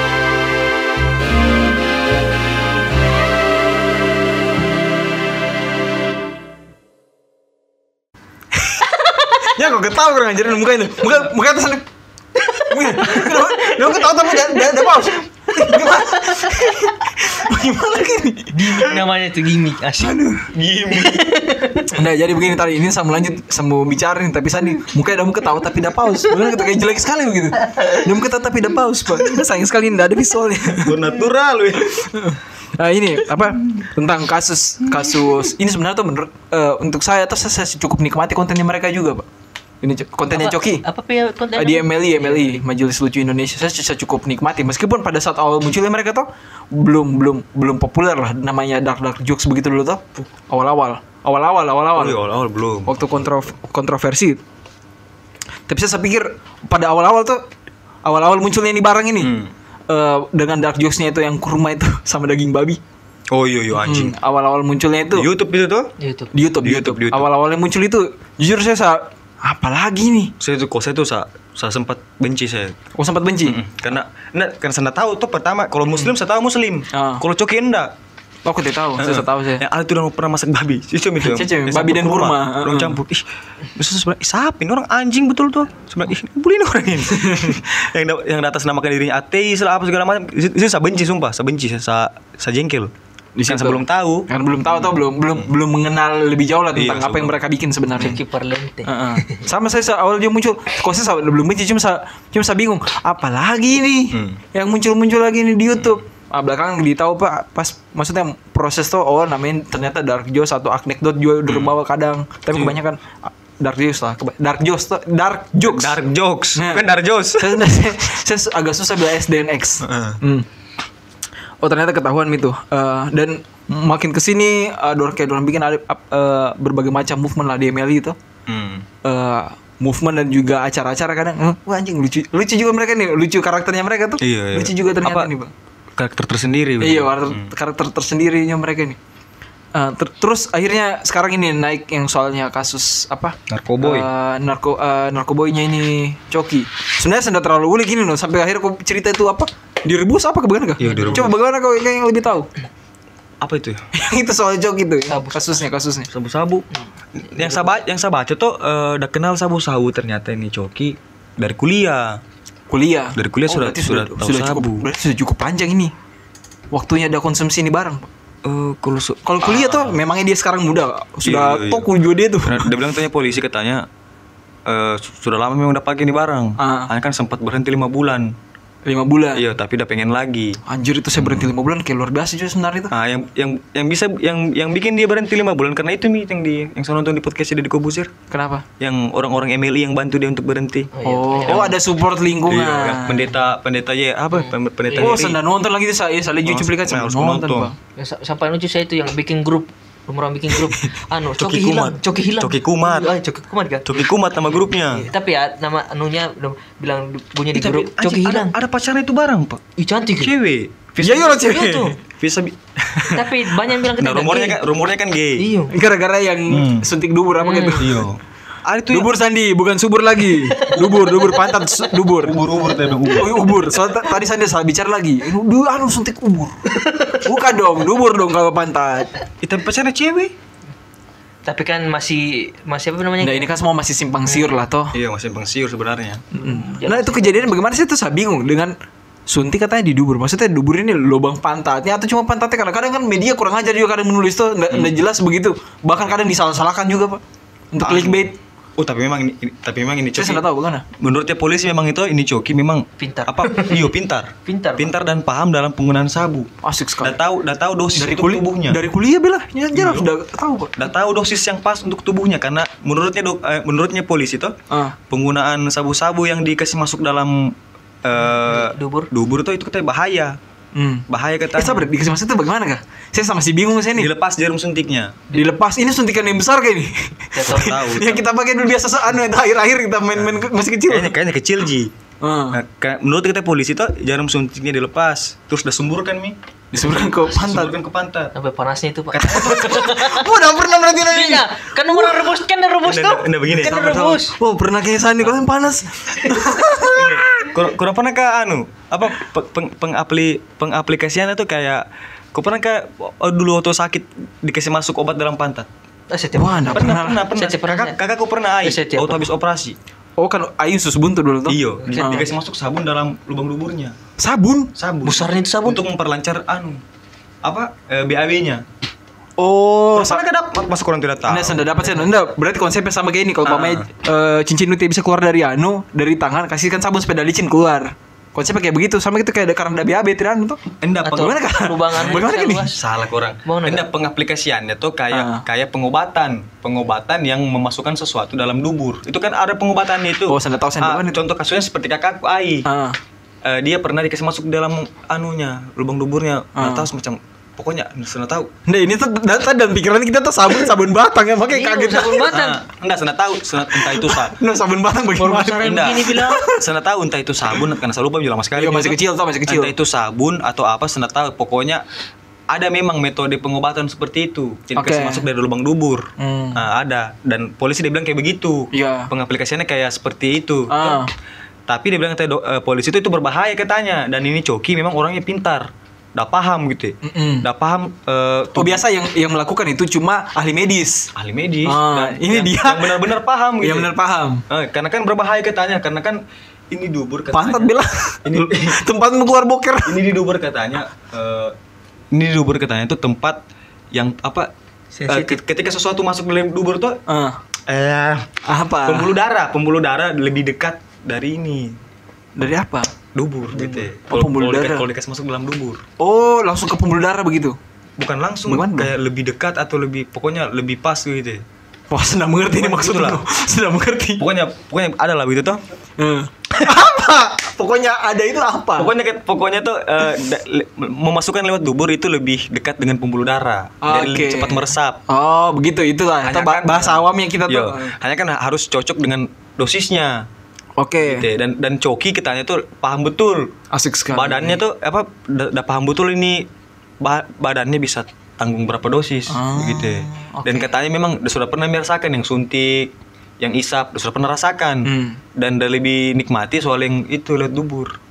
Ya kok ketawa kurang anjir muka itu. Muka muka atas sana. Muka. Kenapa ketawa tapi enggak enggak pause. Gimana? Gimana gini? Gimik namanya itu gimik asik. Gimik. Nah, jadi begini tadi ini sama lanjut sama bicara nih tapi Sandi mukanya udah mau ketawa tapi udah pause. Benar kata kayak jelek sekali begitu. Dia mau ketawa tapi udah pause, Pak. Sayang sekali enggak ada visualnya. Natural weh. Nah, ini apa tentang kasus kasus ini sebenarnya tuh menurut eh, untuk saya tuh saya, saya cukup nikmati kontennya mereka juga, Pak. Ini co- kontennya Coki. Apa ya konten? Ah, di M L I, M L I, Majelis Lucu Indonesia. Saya, saya cukup nikmati meskipun pada saat awal munculnya mereka tuh belum belum belum populer lah namanya dark dark jokes begitu dulu tuh. Awal-awal, awal-awal, awal-awal. awal belum. Waktu kontro kontroversi. Tapi saya, saya pikir pada awal-awal tuh awal-awal munculnya ini barang ini. eh, dengan dark jokesnya itu yang kurma itu sama daging babi. Oh iya iya anjing. Hmm, awal-awal munculnya itu YouTube itu tuh? YouTube. di YouTube, Di di YouTube, YouTube. di YouTube. Awal-awalnya muncul itu jujur saya sa apalagi nih. Saya tuh kok saya tuh sa, saya sempat benci saya. Oh sempat benci. Karena enggak karena saya tahu tuh pertama kalau muslim saya tahu muslim. Ah. Kalau Coki enggak. Oh aku tidak tahu, saya sudah tahu saya. Yang ada tuh udah pernah masak babi. Cicom itu. Cicom, Yang babi campur dan kurma. Orang Heeh. campur. Ih, bisa sebenarnya ih, siapa ini orang anjing betul tuh. Sebenarnya ih, bullying orang ini. yang da- yang atas namakan dirinya ateis lah apa segala macam. Itu itu saya benci sumpah, saya benci, saya saya jengkel. Di Kan situ. saya belum tahu. Kan belum tahu atau belum belum belum mengenal lebih jauh lah tentang Iya, apa yang mereka bikin sebenarnya. Kiper lente. Heeh. Sama saya sa- awal dia muncul, kok saya sa- belum benci cuma saya cuma saya bingung, apalagi nih Hmm. yang muncul-muncul lagi nih di YouTube. Ah, belakangan ditahu Pak, pas maksudnya proses tuh oh namanya ternyata dark jokes atau anekdot juga terbawa kadang, tapi kebanyakan ah, dark jokes lah, Keba- dark jokes tuh dark jokes. Dark jokes, Nah. bukan dark jokes. saya, saya, saya agak susah bilang S D N X. Heeh. Hmm. Oh ternyata ketahuan itu. Eh, dan makin kesini uh, dor kayak dorang bikin ada uh, berbagai macam movement lah di M L I itu. Hmm. Eh, movement dan juga acara-acara kadang eh, wah anjing lucu lucu juga mereka nih, lucu karakternya mereka tuh. Iya, iya. Lucu juga ternyata Apa? nih, Bang. Karakter tersendiri. Iya, begitu. karakter, karakter tersendirinya mereka nih. Eh, ter- terus akhirnya sekarang ini naik yang soalnya kasus apa? Narkoboy. Eh, narko eh, narkoboynya ini Coki. Sebenarnya sudah terlalu ulik gini loh sampai akhirnya kok cerita itu apa? Direbus apa kebagian kah? Iya, direbus. Coba bagaimana kau yang yang lebih tahu? apa itu? Yang itu soal jok itu ya. Kasusnya kasusnya. Sabu-sabu. Yang saya baca, yang saya baca tuh eh, udah kenal sabu-sabu ternyata ini Coki dari kuliah. Kuliah. Dari kuliah sudah berarti sudah tahu sudah sabu. cukup, berarti sudah cukup panjang ini. Waktunya ada konsumsi ini bareng. Eh, kalau su- Kalau kuliah tuh memangnya dia sekarang muda, sudah Iya, iya, iya. toko juga dia tuh. Karena dia bilang tanya polisi katanya eh, su- sudah lama memang udah pakai ini barang. Ah. Hanya kan sempat berhenti lima bulan. lima bulan. Iya, tapi udah pengen lagi. Anjir itu saya berhenti lima bulan kayak luar biasa juga sebenarnya itu. Nah, yang yang yang bisa yang yang bikin dia berhenti lima bulan karena itu Mi yang di yang saya nonton di podcast Deddy Kobusir, Kenapa? yang orang-orang M L I yang bantu dia untuk berhenti. Oh, oh ada support lingkungan. Iya, yang pendeta pendeta ya apa pen- pendeta Oh, Yeri. sudah nonton lagi tuh saya, saya lihat Oh, cuplikan saya saya harus nonton, nonton. Bang. Yang sa- sampai lucu saya itu yang bikin grup, orang bikin grup. Anu, Coki Coki hilang, Kumat. Coki hilang. Coki Kumat. Ah, Coki Kumat kan? Coki Kumat nama grupnya. Tapi ya nama anunya udah bilang bunyi di Eh, tapi grup anjing, Coki ada, hilang. ada pacarnya itu barang, Pak. Ih cantik. ya. Cewek. Iya, iya, orang cewek. Iya tuh. Bisa bi- Tapi banyak yang bilang Nah, kita rumornya kan rumornya kan gay. Iya. Gara-gara yang Hmm. suntik dubur apa gitu. Iya. Ada itu Dubur Sandi, bukan subur lagi. Dubur, dubur pantat su- dubur. ubur-ubur tadi ubur. Oh, iya, ubur. Soalnya t- tadi Sandi salah bicara lagi. Ini du anu suntik ubur. Bukan dong, dubur dong kalau pantat. Itu pacarnya cewek. Tapi kan masih masih apa namanya? Nah, ini kan semua masih simpang siur lah toh. Iya, masih bang siur sebenarnya. Nah, itu kejadian bagaimana sih tuh saya bingung dengan suntik katanya di dubur. Maksudnya dubur ini lubang pantatnya atau cuma pantatnya? Kadang-kadang kan media kurang ajar juga kadang menulis tuh nggak nggak jelas begitu. Bahkan kadang disalah-salahkan juga, Pak. Untuk Ah. clickbait. Oh, tapi memang ini, ini- tapi memang ini Saya Coki. sudah tahu bagaimana. Menurutnya polisi memang itu ini Coki memang Pintar. Apa? Iya, pintar. Pintar, Pintar dan paham dalam penggunaan sabu. Asik sekali. Udah tahu, udah tahu dosis Dari untuk kuliah, tubuhnya. dari kuliah bela, ya jelas sudah tahu, Pak. Udah tahu dosis yang pas untuk tubuhnya karena menurutnya dok, eh, menurutnya polisi tuh Ah. penggunaan sabu-sabu yang dikasih masuk dalam eh Dubur. dubur tuh itu katanya bahaya. Hmm. Bahaya Eh katanya. sabar, dikasih maksud itu bagaimana kah? Saya sama masih bingung saya nih. Dilepas jarum suntiknya. Dilepas, ini suntikan yang besar kayak ini. Saya tahu. Tahu. Yang kita pakai dulu biasa se- anu itu akhir-akhir kita main-main ke- masih kecil. Kayaknya kayaknya kecil Ji. Ah. Nah, kayak- menurut kita polisi tuh jarum suntiknya dilepas, terus udah sumburkan Mi. Disebutkan ke pantat. Sumburkan ke pantat. Sampai panasnya itu, Pak. Oh, udah pernah berarti nanya. Iya, kan nomor rebus kan ada rebus Nggak, tuh. nggak, nggak begini. Kan Sabar, rebus. sabar. Oh, pernah kayak Sandi kalau yang panas. Kurang kurang pernah ke anu apa pe- peng, pengapli pengaplikasiannya tuh kayak kau pernah ke oh, dulu waktu sakit dikasih masuk obat dalam pantat. Ah, saya tiap- Wah, enggak Pernah pernah. pernah pernah. Saya tiap pernah. Kakak kakak kau pernah ai. Saya tiap Waktu pernah. habis operasi. Oh, kan Ayu sus buntu dulu tuh. Iyo, di- Ah. dikasih masuk sabun dalam lubang duburnya. Sabun. Sabun. Besarnya itu sabun. Untuk memperlancar anu apa eh, B A B-nya. Oh, Sana kan dapat masuk orang tidak tahu. Anda sudah dapat saya. Anda berarti konsepnya sama kayak ini. Kalau Ah. pamanya eh, cincin itu bisa keluar dari anu, dari tangan, kasihkan sabun sepeda licin keluar. Konsepnya kayak begitu. Sama gitu kayak ada karena ada B A B tidak anu tuh. Enggak, Atau Bagaimana kah? lubangan Bagaimana yang gini? luas. salah kurang. Mau nggak? Enggak, pengaplikasiannya tuh kayak Ah. kayak pengobatan, pengobatan yang memasukkan sesuatu dalam dubur. Itu kan ada pengobatannya itu. Oh, saya nggak tahu, saya nggak Ah, tahu itu. contoh kasusnya seperti kakakku Ai. Ah. Eh, dia pernah dikasih masuk dalam anunya, lubang duburnya. Nggak Ah. tahu semacam pokoknya sudah tahu. Nah, ini tuh data dan pikiran kita tuh sabun sabun batang ya, makanya Iya, kaget. sabun batang. Ah, enggak, sudah tahu, sudah entah itu sa Nah, sabun batang Baru bagaimana? besar yang Enggak. begini bilang. Sudah tahu entah itu sabun karena saya lupa bilang lama sekali. Iya, masih Itu. kecil tuh, masih kecil. Entah itu sabun atau apa sudah tahu. Pokoknya ada memang metode pengobatan seperti itu. Jadi Oke. kasih masuk dari lubang dubur. Hmm. Nah, ada dan polisi dia bilang kayak begitu. Iya. Pengaplikasiannya kayak seperti itu. Ah. Tapi dia bilang katanya, do- eh, polisi itu itu berbahaya katanya dan ini Coki memang orangnya pintar. Udah paham gitu. Ya. Mm-mm. Udah paham eh, Oh, biasa yang yang melakukan itu cuma ahli medis. ahli medis Ah, dan ini yang, dia. yang benar-benar paham gitu. Yang benar paham. Eh, karena kan berbahaya katanya karena kan ini dubur katanya. Pantat bilang. Ini Tempatmu keluar boker. ini di dubur katanya eh, ini di dubur katanya itu tempat yang apa eh, ke- ketika sesuatu masuk dalam dubur tuh Ah. eh Apa? pembuluh darah pembuluh darah lebih dekat dari ini Dari apa? dubur gitu ya. Oh, Kalau- pembuluh kalau dikas- darah. kalau dikasih masuk dalam dubur Oh, langsung ke pembuluh darah begitu. bukan langsung Bagaimana, Bang? kayak lebih dekat atau lebih pokoknya lebih pas gitu ya. Wah, sudah mengerti ini Pokoknya maksudnya. itulah. Sudah mengerti. pokoknya pokoknya ada lah gitu tuh Eh. Apa? Pokoknya ada itu apa? pokoknya kayak- pokoknya tuh eh, da- le- memasukkan lewat dubur itu lebih dekat dengan pembuluh darah jadi Oke. lebih cepat meresap. Oh, begitu itulah. Atau Hanya ba- kan- bahasa awamnya kita Yo, tuh. hanya kan harus cocok dengan dosisnya. Oke. Gitu ya. Dan dan Coki kitanya tuh paham betul. Asik sekali. Badannya tuh apa udah, udah paham betul ini ba- badannya bisa tanggung berapa dosis Ah, gitu. Ya. Dan oke. katanya memang udah sudah pernah merasakan yang suntik, yang isap, udah sudah pernah rasakan. Hmm. Dan udah lebih nikmati soal yang itu lewat dubur.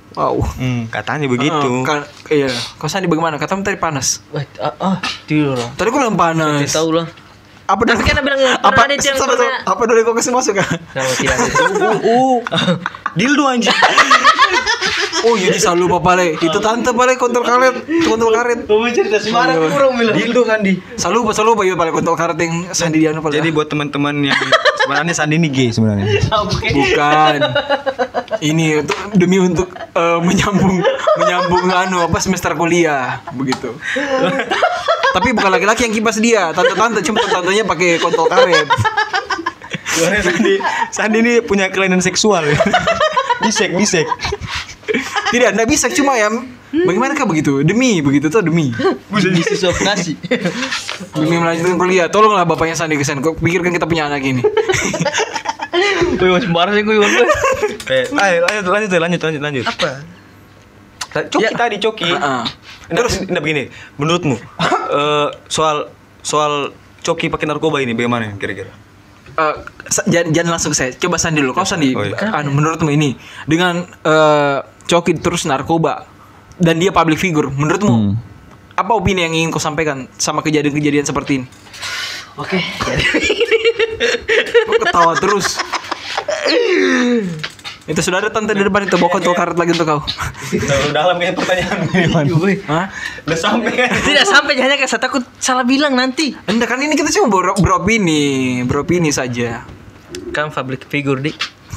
Wow. Hmm, katanya begitu. Ah, kan, iya. Kau Sandi bagaimana? Katamu tadi panas. Wah, ah, ah, tidur lah. Tadi kau bilang panas. Tidak tahu lah. Apa Tapi kan bilang apa pernah ada yang sama- pernah- apa dulu kau kasih masuk kan? Kalau tidak Uh, dildo anjing. Oh iya selalu bapak le. Itu tante pale kontrol karet, kontrol karet. Kamu cerita sembarang kurang bilang. Dildo Sandi. Selalu selalu bayu pale kontrol karet yang Sandi dia pale. Jadi buat teman-teman yang sebenarnya Sandi ini gay sebenarnya. Bukan. Ini untuk demi untuk eh, menyambung menyambung anu apa semester kuliah begitu. Tapi bukan laki-laki yang kipas dia, tante-tante cuma tantenya pakai kontrol karet. Sebenarnya Sandi, Sandi ini punya kelainan seksual. Ya. Bisek, bisek. Tidak, enggak bisa cuma ya. Bagaimana kah begitu? Demi begitu tuh demi. bisnis of nasi. Demi melanjutkan kuliah. Tolonglah bapaknya Sandi kesan. Kok pikirkan kita punya anak ini. Gue masih marah sih gue. Eh, ayo lanjut, lanjut, lanjut, lanjut, lanjut. Apa? Coki Ya. tadi Coki. Heeh. Terus, nah begini, menurutmu eh, soal soal Coki pakai narkoba ini bagaimana kira-kira? Eh, sa- jangan, jangan langsung saya. Coba Sandi dulu. Kau Sandi, Oh, iya. anu menurutmu ini dengan eh, Coki terus narkoba dan dia public figure, menurutmu Hmm. apa opini yang ingin kau sampaikan sama kejadian-kejadian seperti ini? Oke. Kau ketawa terus. Itu sudah ada tante di depan itu bawa kontrol karet lagi untuk kau. Terlalu dalam kayak pertanyaan ini. Hah? Udah sampai kan? Tidak sampai hanya kayak saya takut salah bilang nanti. Enggak kan ini kita cuma ber- beropini, beropini saja. Kan public figure dik.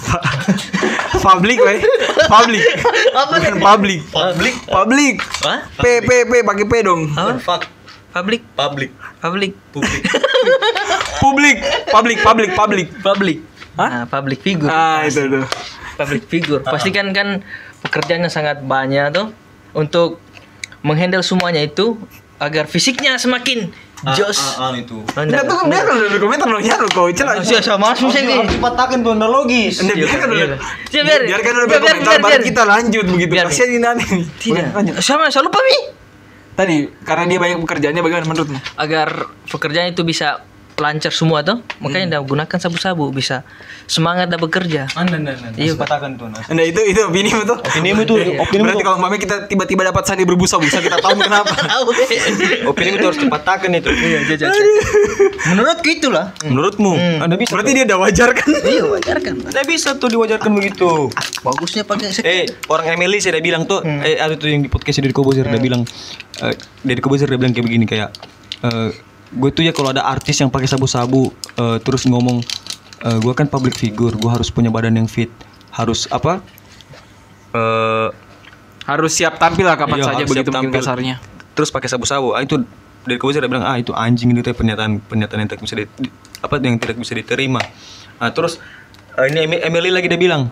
Public, weh. Public. Apa Bukan public. Public. Public. Hah? P P P pakai P dong. Apa? Fuck. Public. Public. Public. Public. Public. Public, public, public. Public. Hah? Nah, public figure. Ah, itu tuh. Public figure. Pasti kan kan pekerjaannya sangat banyak tuh untuk menghandle semuanya itu agar fisiknya semakin jos. Ah, ah, itu. Enggak tuh biarkan dulu komentar lo nyaro kau celah. Masih sama masuk sih Harus dipatahkan tuh logis. Enggak biarkan dulu. Iya, biar. Biarkan dulu Biar, biar, komentar biar, baru biar. kita lanjut begitu. Biar, Kasihan ini aneh nih. Tidak. Lanjut. Sama, saya lupa Mi. Tadi karena dia banyak pekerjaannya bagaimana menurutmu? Agar pekerjaan itu bisa lancar semua tuh, makanya udah gunakan sabu-sabu bisa semangat dah bekerja. Anda, anda, anda. Iya. Patahkan tuh. Nas. Nah itu itu opini tuh. Opini itu, opini Berarti kalau mami kita tiba-tiba dapat Sandi berbusa bisa kita tahu kenapa. Opini itu harus dipatahkan itu. Iya, jajan. Menurutku itulah. Menurutmu? Anda bisa? Berarti dia udah wajar kan? Iya, wajar kan. Anda bisa tuh diwajarkan begitu. Bagusnya pakai sek- Eh, orang Emily saya udah bilang tuh, eh ada tuh yang di podcast dari Koboser dia bilang, eh, dari Koboser dia bilang kayak begini kayak, eh, gue tuh ya kalau ada artis yang pakai sabu-sabu, eh, terus ngomong, eh, gue kan public figure, gue harus punya badan yang fit, harus apa? Eh, Harus siap tampil lah kapan iya, saja harus begitu siap mungkin tampil. kasarnya. Terus pakai sabu-sabu, ah, itu dari Koboser dia bilang, ah itu anjing itu pernyataan pernyataan yang tidak bisa di, di- apa yang tidak bisa diterima. Nah terus eh, ini Em- Emily lagi dia bilang.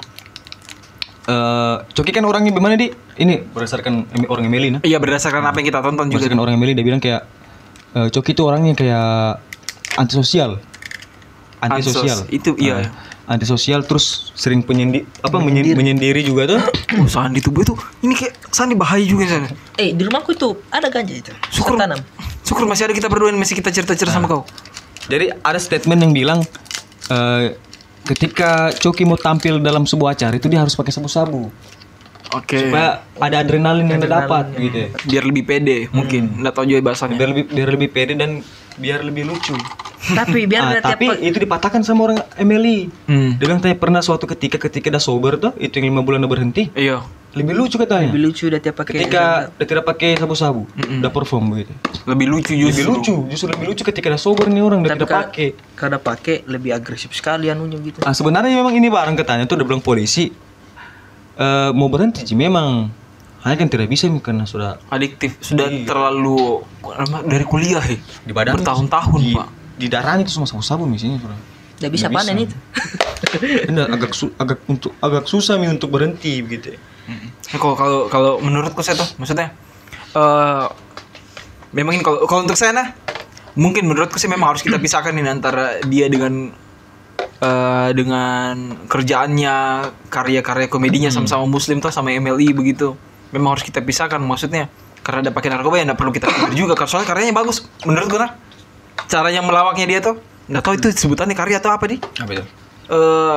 Eh, Coki kan orangnya gimana di? Ini berdasarkan Em- orang Emily nah. Iya berdasarkan apa yang kita tonton juga. Berdasarkan orang Emily dia bilang kayak eh, Coki itu orangnya kayak antisosial. Antisosial. Ansos, itu iya. Eh, antisosial terus sering penyendi apa menyen- menyendiri juga tuh. Oh, Sandi tuh itu ini kayak Sandi bahaya juga sana. Eh, di rumahku itu ada ganja itu. Syukur Saya tanam. Syukur masih ada kita berdua yang masih kita cerita-cerita sama kau. Jadi ada statement yang bilang eh, ketika Coki mau tampil dalam sebuah acara itu dia harus pakai sabu-sabu Oke. supaya ada adrenalin yang dia dapat gitu ya. Biar lebih pede mungkin. Enggak tahu juga bahasanya. Biar lebih biar lebih pede dan biar lebih lucu. Tapi biar Ah, nggak tiap tapi pagi- itu dipatahkan sama orang Emily. Hmm. Dia bilang tanya pernah suatu ketika ketika udah sober tuh itu yang lima bulan udah berhenti Iya. lebih lucu katanya. lebih lucu udah tiap pakai. Ketika udah tidak pakai sabu-sabu udah perform begitu. Lebih lucu Lebih justru. lucu, justru lebih lucu ketika udah sober nih orang udah Tapi tidak ka- pakai. Kada pakai lebih agresif sekali anunya gitu. Ah sebenarnya memang ini barang katanya tuh udah bilang polisi eh mau berhenti sih memang hanya kan tidak bisa karena sudah Adiktif. Sudah Iya. terlalu dari kuliah ya. di badan Bertahun-tahun, di, Pak. di darahnya itu semua sabu-sabu misalnya sudah. Tidak bisa Nggak panen bisa. itu. Benar, agak su- agak untuk agak susah nih untuk berhenti begitu. Nah, kalau kalau kalau menurutku saya tuh maksudnya eh memang ini kalau kalau untuk saya nah mungkin menurutku sih memang harus kita pisahkan ini antara dia dengan eh dengan kerjaannya karya-karya komedinya sama-sama muslim tuh sama M L I begitu. Memang harus kita pisahkan maksudnya karena ada pakai narkoba ya nggak perlu kita pikir juga karena soalnya karyanya bagus menurutku nah cara yang melawaknya dia tuh nggak tahu itu sebutannya karya atau apa nih Apa itu? eh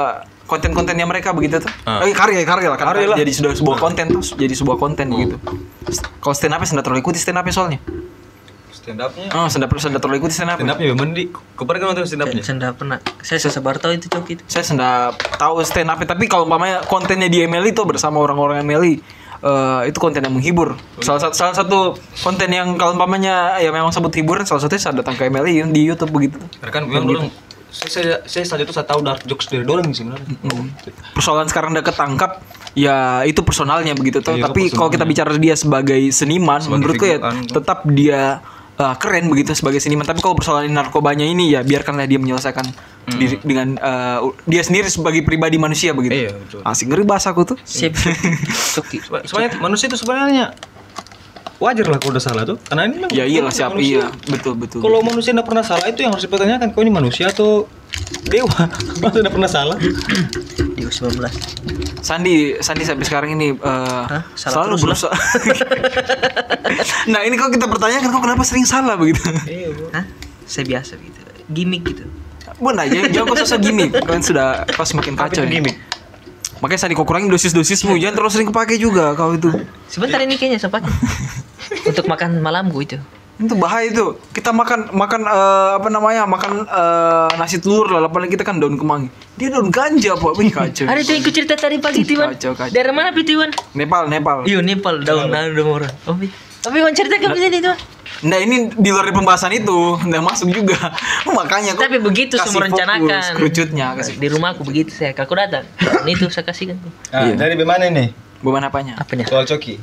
konten-kontennya mereka begitu tuh. Ah. Eh, karya karya lah, karya Karya lah. jadi sudah sebuah konten tuh, jadi sebuah konten begitu. Kalau stand up sudah terlalu ikuti stand up soalnya. Stand up-nya. Oh, sudah sudah terlalu ikuti stand up. Stand up-nya memang di. Kau pernah nonton stand up-nya? Saya enggak pernah. Saya sesebar tahu itu Coki itu. Saya sudah tahu stand up, tapi kalau umpamanya kontennya di M L I itu bersama orang-orang M L I, eh, itu konten yang menghibur. Salah satu salah satu konten yang kalau umpamanya ya memang sebut hiburan, salah satunya saya datang ke M L I di YouTube begitu. Karena kan memang orang saya, saya saya saja itu saya tahu dark jokes dari dorang sebenarnya. Persoalan sekarang udah ketangkap, ya itu personalnya begitu tuh. Iya, Tapi itu kalau kita bicara dia sebagai seniman, Sebagai menurutku ya figuran, tuh. tetap dia uh, keren begitu sebagai seniman. Tapi kalau persoalan narkobanya ini ya biarkanlah dia menyelesaikan diri dengan uh, dia sendiri sebagai pribadi manusia begitu. Iya, betul. Asik ngeri bahasa aku tuh. Sip. Coki. Sebenarnya manusia itu sebenarnya wajar lah kalau udah salah tuh. Karena ini memang Ya iyalah siapa manusia. iya, betul betul. Kalau manusia tidak pernah salah itu yang harus dipertanyakan. Kau ini manusia atau dewa? Masa tidak pernah salah? Di sembilan belas. Sandi, Sandi sampai sekarang ini uh, Hah? Salah selalu terus berusaha. Nah ini kalau kita pertanyakan kok kenapa sering salah begitu? Hah? Saya biasa gitu. Gimik gitu. Bun aja, jangan kok sosok gimmick. Kan sudah pas makin kacau nih. Gimik. Makanya Sandi kok kurangin dosis-dosismu, jangan terlalu sering kepake juga kau itu. Sebentar ini kayaknya sempat. Untuk makan malamku itu. Itu bahaya itu. Kita makan makan eh, apa namanya? Makan eh, nasi telur lah, apalagi kita kan daun kemangi. Dia daun ganja, Pak. Wih, kacau. Ada itu yang ku cerita tadi pagi Tiwan. Kacau, kacau. Dari mana Pi Tiwan? Nepal, Nepal. Iya Nepal daun daun orang. Oh, Pi. Tapi Wan cerita ke sini tuh. Nah ini di luar dari pembahasan itu, nggak masuk juga. Makanya kok Tapi begitu kasih semua rencanakan. fokus, kerucutnya kasih. Di rumahku begitu saya. Aku datang. Nah, itu saya kasihkan. Nah, Iya. dari bagaimana nih? Beban apanya? Apanya? Soal Coki.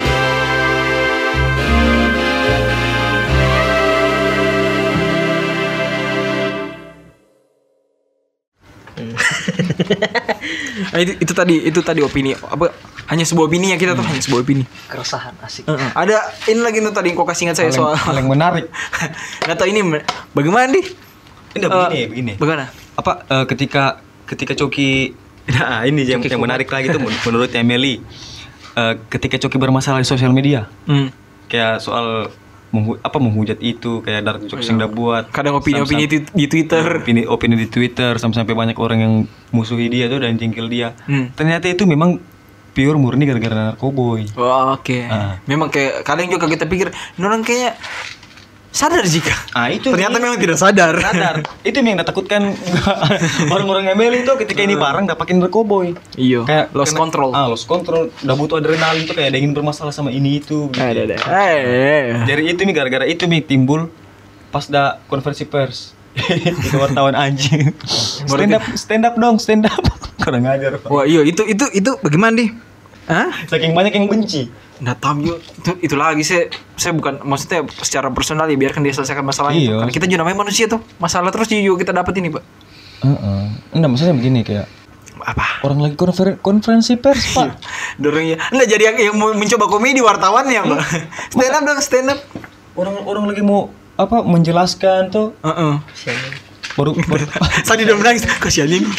Nah, itu, itu tadi itu tadi opini apa hanya sebuah opini ya kita tuh hanya sebuah opini. Keresahan asik. Heeh. Ada ini lagi tuh tadi yang kau kasih ingat saya soal Paling menarik. nggak tahu ini me- bagaimana nih? Ini begini, begini. Bagaimana? Apa eh, ketika ketika Coki nah ini yang, yang menarik lagi tuh menurut Emily. Eh, ketika Coki bermasalah di sosial media. Hmm. Kayak soal menghu- apa menghujat itu kayak dark jokes yang udah buat. Kadang opini-opini di, Sam-sam- di Twitter. opini opini di Twitter sampai-sampai banyak orang yang musuhi dia tuh dan jengkel dia. Hmm. Ternyata itu memang pure murni gara-gara narkoboy. Oh, oke. Ah. Memang kayak kadang juga kita pikir ini orang kayaknya sadar jika. Ah itu Ternyata ini- memang tidak sadar. sadar. Itu yang ditakutkan orang-orang Emily itu ketika ini parang dapatin narkoboy. Iya. Kayak Lost kena- control. Ah, lost control. Udah butuh adrenalin tuh kayak ada ingin bermasalah sama ini itu. gitu. Ada ada. Eh. Jadi itu nih gara-gara itu nih timbul pas da konferensi pers. Itu wartawan anjing. Stand up, stand up dong, stand up. Kurang ajar, Pak. Wah, iya itu itu itu bagaimana nih? Hah? Saking banyak yang benci. Nggak tahu yuk. Itu, itu lagi saya saya bukan maksudnya secara personal ya biarkan dia selesaikan masalahnya itu. Iya. Karena kita juga namanya manusia tuh. Masalah terus juga kita dapat ini, Pak. Heeh. Enggak, maksudnya begini kayak Apa? orang lagi konfer- konferensi pers, Pak. Dorongnya. Enggak jadi yang, yang mau mencoba komedi wartawannya, Pak. Stand up dong, stand up. Orang orang lagi mau apa menjelaskan tuh Heeh. baru, baru Tadi udah menangis. Kasihan nih.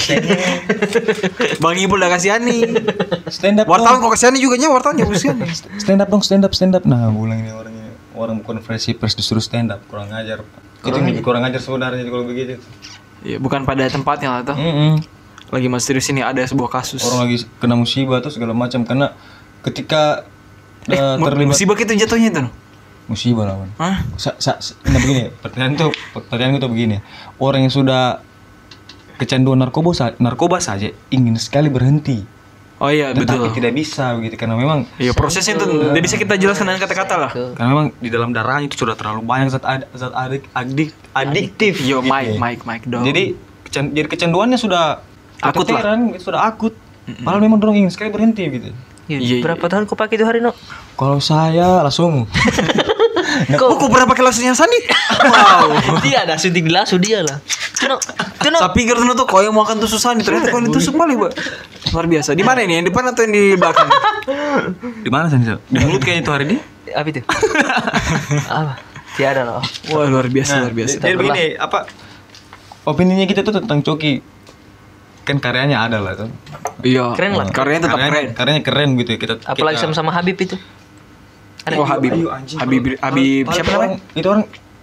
Bang Ibu udah kasihan nih. stand up Wartawan dong. kok kasihan nih juga nya wartawan ya kasihan. Stand up dong, stand up, stand up. Nah, bulan ini orangnya orang konferensi pers disuruh stand up, kurang ajar. Itu yang kurang ajar sebenarnya kalau begitu. Iya, bukan pada tempatnya lah tuh. Mm-mm. Lagi mas serius ini ada sebuah kasus. Orang lagi kena musibah tuh segala macam karena ketika eh, uh, mu- terlibat musibah itu jatuhnya itu. musibah lawan. Hah? Sa, sa, sa, nah begini, pertanyaan tuh pertanyaan tuh begini. Orang yang sudah kecanduan narkoba sa- narkoba saja ingin sekali berhenti. Oh iya, Tetapi betul. tidak bisa begitu karena memang Iya, prosesnya itu tidak bisa kita jelaskan dengan kata-kata lah. karena memang di dalam darahnya itu sudah terlalu banyak zat ad, zat adik, adik adiktif. Yo, gitu Mike, ya. Mike, Mike dong. Jadi kecan, jadi kecanduannya sudah Akut lah. keteteran, sudah akut. Padahal memang dorong ingin sekali berhenti gitu. Iya, Iya, berapa tahun kau pakai itu hari no? Kalau saya langsung Oh, kok pernah pakai lasusnya Sandi? Wow. Dia ada syuting di lasu dia lah. Tuno, tuno. Saya pikir tuh tuh kau yang mau akan tusuk Sandi, ternyata kau yang ditusuk paling, Pak. Luar biasa. Di mana ini? Yang depan atau yang di belakang? di mana sih? Di mulut kayaknya itu hari ini. Apa itu? Apa? Tiada loh. Wah, luar biasa, luar biasa. Jadi begini, apa opininya kita tuh tentang Coki? Kan karyanya ada lah tuh. Iya. Keren lah. Karyanya tetap karyanya, keren. Karyanya keren gitu ya kita. Apalagi kita- sama-sama Habib itu. Ada Oh, Habib. Ayo, anjing. Habib Habib Padahal siapa itu namanya? orang- Itu orang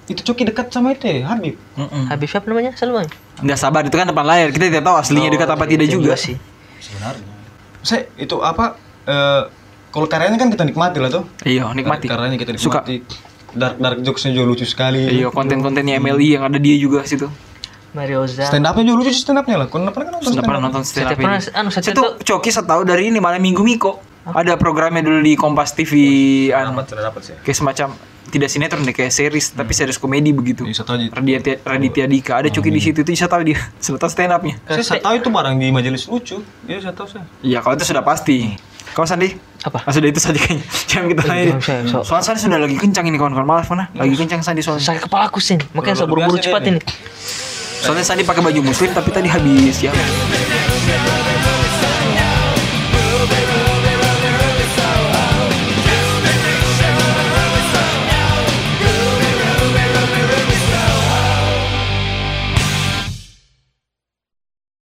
itu Coki dekat sama itu ya, Habib. Mm-mm. Habis siapa namanya? Selalu Bang. Nggak sabar, itu kan depan layar. Kita tidak tahu aslinya dekat apa tidak juga. sih. Sebenarnya. Saya itu apa? Eh kalau karyanya kan kita nikmati lah tuh. Iya, nikmati. Karyanya kita Suka. nikmati. Dark dark jokesnya juga lucu sekali. Iya, konten-kontennya M L I yang ada dia juga situ. Marioza. Stand upnya juga lucu sih stand upnya lah. Kau pernah kan nonton Sudah stand pernah up? nonton stand up Setiap pernah, ini. anu, setiap Itu Coki setahu dari ini malam Minggu Miko. Ada programnya dulu di Kompas T V anu, Dapat, sudah dapat sih. kayak semacam tidak sinetron deh, kayak series tapi series komedi begitu. Iya, saya tahu aja. Raditya, Raditya Dika ada Coki di situ itu saya tahu dia. Saya tahu stand upnya. Saya, saya tahu itu barang di majelis lucu. Iya, saya tahu saya. Iya, kalau itu sudah pasti. Kau Sandi? Apa? Ah, sudah itu saja kayaknya. Jangan kita Eh, nanya. jangan saya, so- Soalnya Sandi sudah lagi kencang ini kawan-kawan. Maaf mana? Lagi kencang Sandi soalnya. Sakit kepala aku Sin. Makanya saya Luar buru-buru biasa cepat dia ini. Soalnya Sandi pakai baju muslim tapi tadi habis ya.